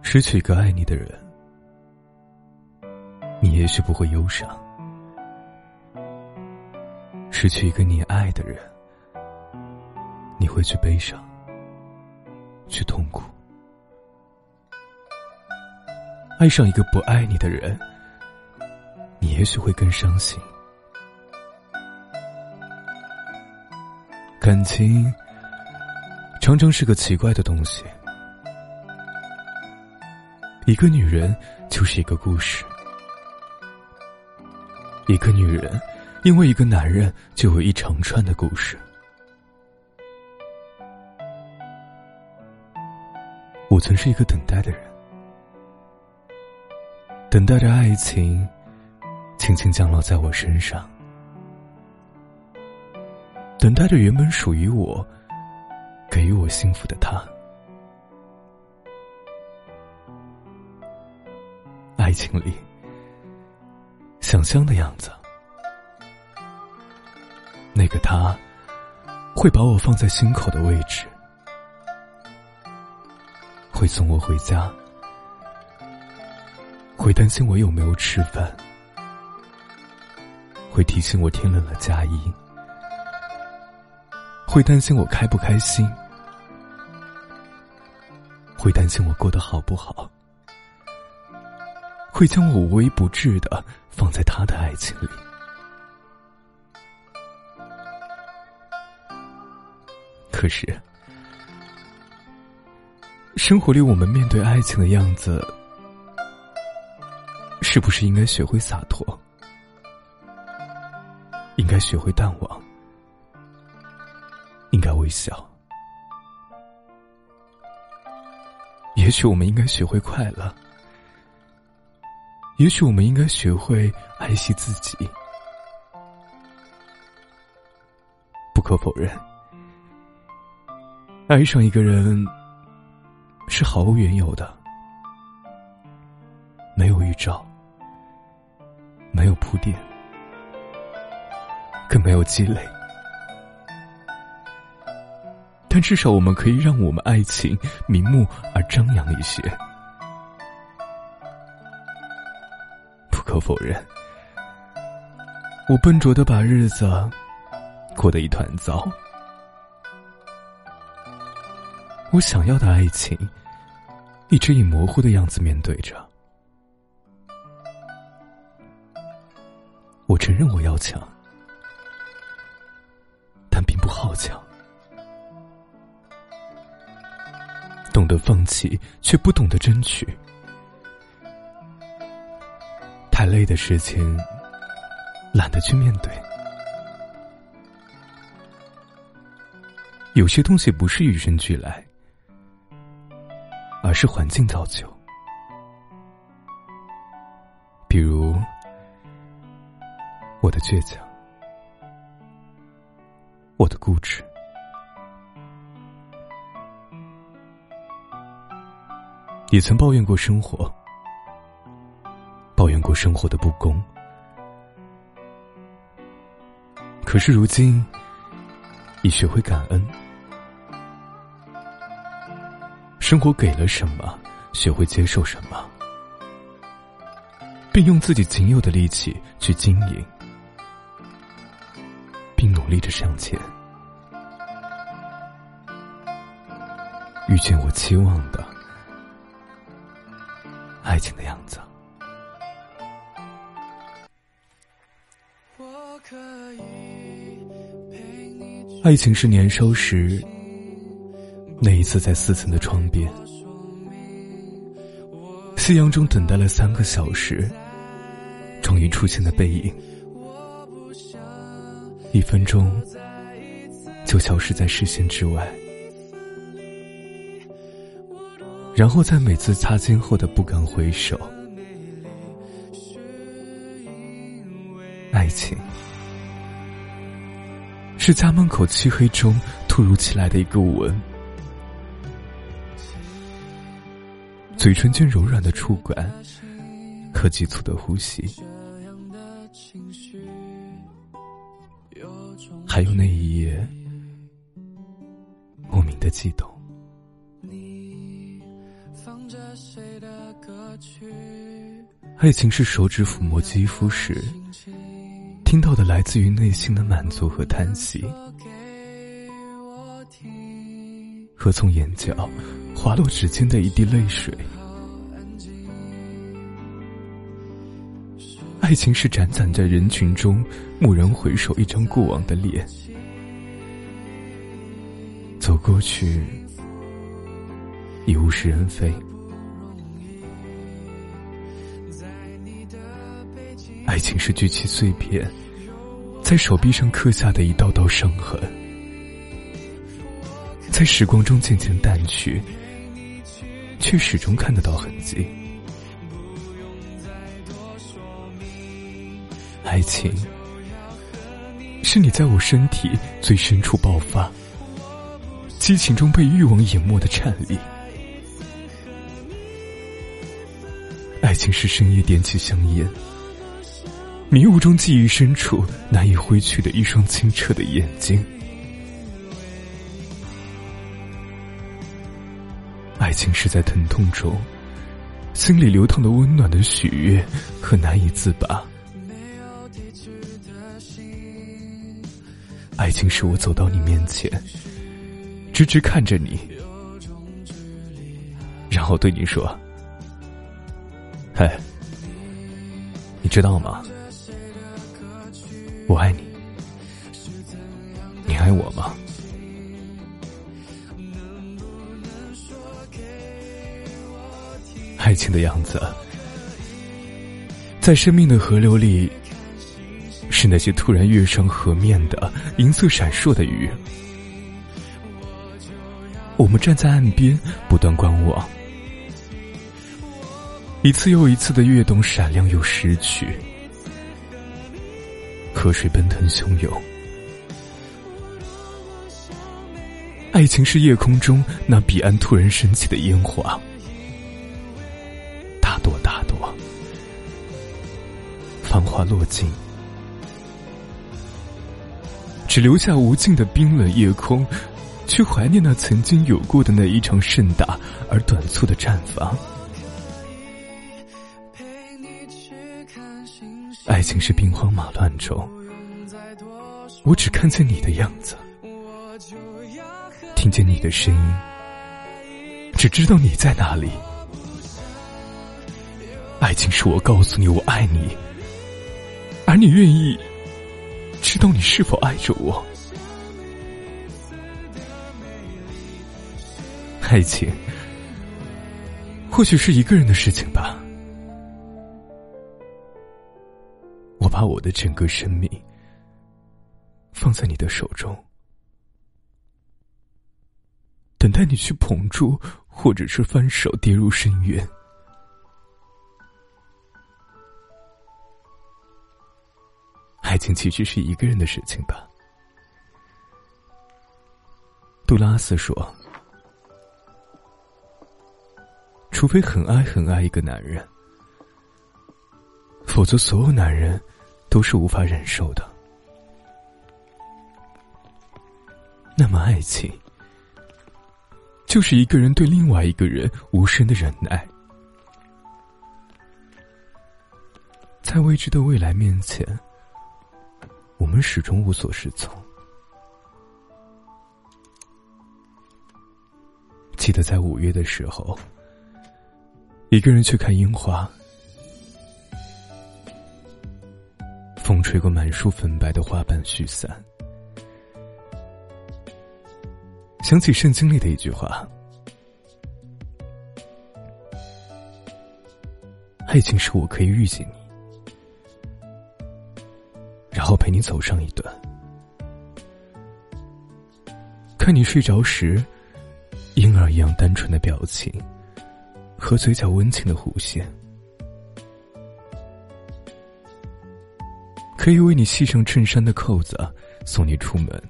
失去一个爱你的人，你也许不会忧伤；失去一个你爱的人，你会去悲伤，去痛苦。爱上一个不爱你的人，你也许会更伤心。感情常常是个奇怪的东西，一个女人就是一个故事，一个女人因为一个男人就有一长串的故事。我曾是一个等待的人，等待着爱情轻轻降落在我身上，等待着原本属于我给予我幸福的他。爱情里想象的样子，那个他会把我放在心口的位置，会送我回家，会担心我有没有吃饭，会提醒我天冷了加衣，会担心我开不开心，会担心我过得好不好，会将我无微不至地放在他的爱情里。可是生活里我们面对爱情的样子，是不是应该学会洒脱，应该学会淡忘，应该微笑？也许我们应该学会快乐，也许我们应该学会爱惜自己。不可否认，爱上一个人是毫无缘由的，没有预兆，没有铺垫，更没有积累。但至少我们可以让我们爱情明目而张扬一些。不可否认，我笨拙地把日子过得一团糟。我想要的爱情一直以模糊的样子面对着。我承认我要强，但并不好强。懂得放弃，却不懂得争取。太累的事情，懒得去面对。有些东西不是与生俱来，而是环境造就。比如我的倔强，我的固执。也曾抱怨过生活，抱怨过生活的不公。可是如今已学会感恩，生活给了什么，学会接受什么，并用自己仅有的力气去经营，并努力着向前，遇见我期望的爱情的样子。爱情是年少时那一次在4层的窗边，夕阳中等待了3个小时，终于出现的背影，1分钟就消失在视线之外。然后在每次擦肩后的不敢回首。爱情是家门口漆黑中突如其来的一个吻，嘴唇间柔软的触感和急促的呼吸，还有那一夜莫名的悸动。 你放着爱情是手指抚摸肌肤时听到的来自于内心的满足和叹息，和从眼角滑落指尖的一滴泪水。爱情是展览在人群中蓦然回首一张过往的脸，走过去已物是人非。爱情是聚集碎片在手臂上刻下的一道道伤痕，在时光中渐渐淡去，却始终看得到痕迹。爱情是你在我身体最深处爆发，激情中被欲望淹没的颤栗。爱情是深夜点起香烟，迷雾中记忆深处难以挥去的一双清澈的眼睛。爱情是在疼痛中心里流淌的温暖的喜悦和难以自拔。爱情是我走到你面前，直直看着你，然后对你说：嘿，你知道吗？我爱你，你爱我吗？爱情的样子，在生命的河流里，是那些突然跃上河面的银色闪烁的鱼。我们站在岸边不断观望，一次又一次的跃动闪亮又失去，河水奔腾汹涌。爱情是夜空中那彼岸突然升起的烟花，大朵大朵，繁华落尽，只留下无尽的冰冷夜空，去怀念那曾经有过的那一场盛大而短促的绽放。爱情是兵荒马乱中，我只看见你的样子，听见你的声音，只知道你在哪里。爱情是我告诉你我爱你，而你愿意知道你是否爱着我。爱情或许是一个人的事情吧，我把我的整个生命放在你的手中，等待你去捧住，或者是翻手跌入深渊。爱情其实是一个人的事情吧。杜拉斯说，除非很爱很爱一个男人，否则所有男人都是无法忍受的。那么爱情就是一个人对另外一个人无声的忍耐，在未知的未来面前，我们始终无所适从。记得在5月的时候，一个人去看樱花，风吹过满树粉白的花瓣絮散，想起圣经里的一句话，爱情是我可以遇见你，然后陪你走上一段，看你睡着时婴儿一样单纯的表情和嘴角温情的弧线，可以为你系上衬衫的扣子送你出门，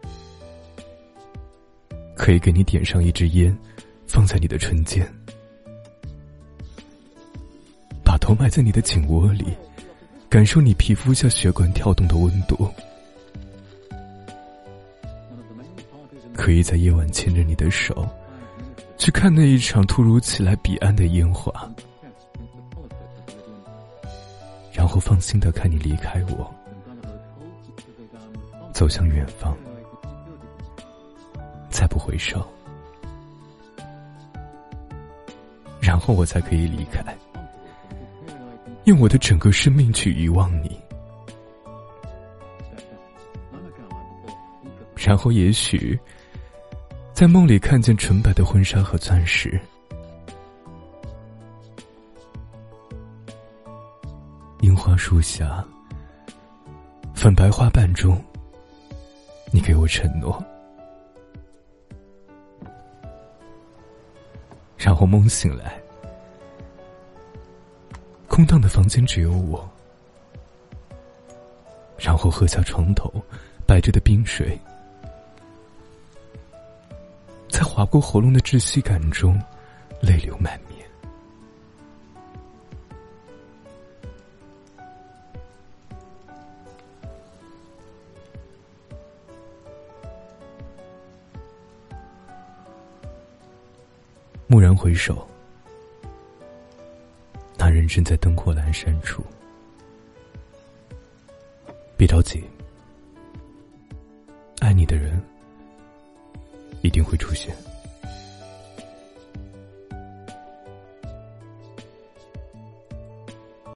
可以给你点上一支烟放在你的唇间，把头埋在你的颈窝里，感受你皮肤下血管跳动的温度，可以在夜晚牵着你的手去看那一场突如其来彼岸的烟花，然后放心地看你离开我，走向远方，再不回首，然后我才可以离开，用我的整个生命去遗忘你。然后也许在梦里看见纯白的婚纱和钻石，樱花树下，粉白花瓣中，你给我承诺，然后梦醒来，空荡的房间只有我，然后喝下床头摆着的冰水，在划过喉咙的窒息感中，泪流满面。蓦然回首，那人正在灯火阑珊处。别着急，爱你的人一定会出现。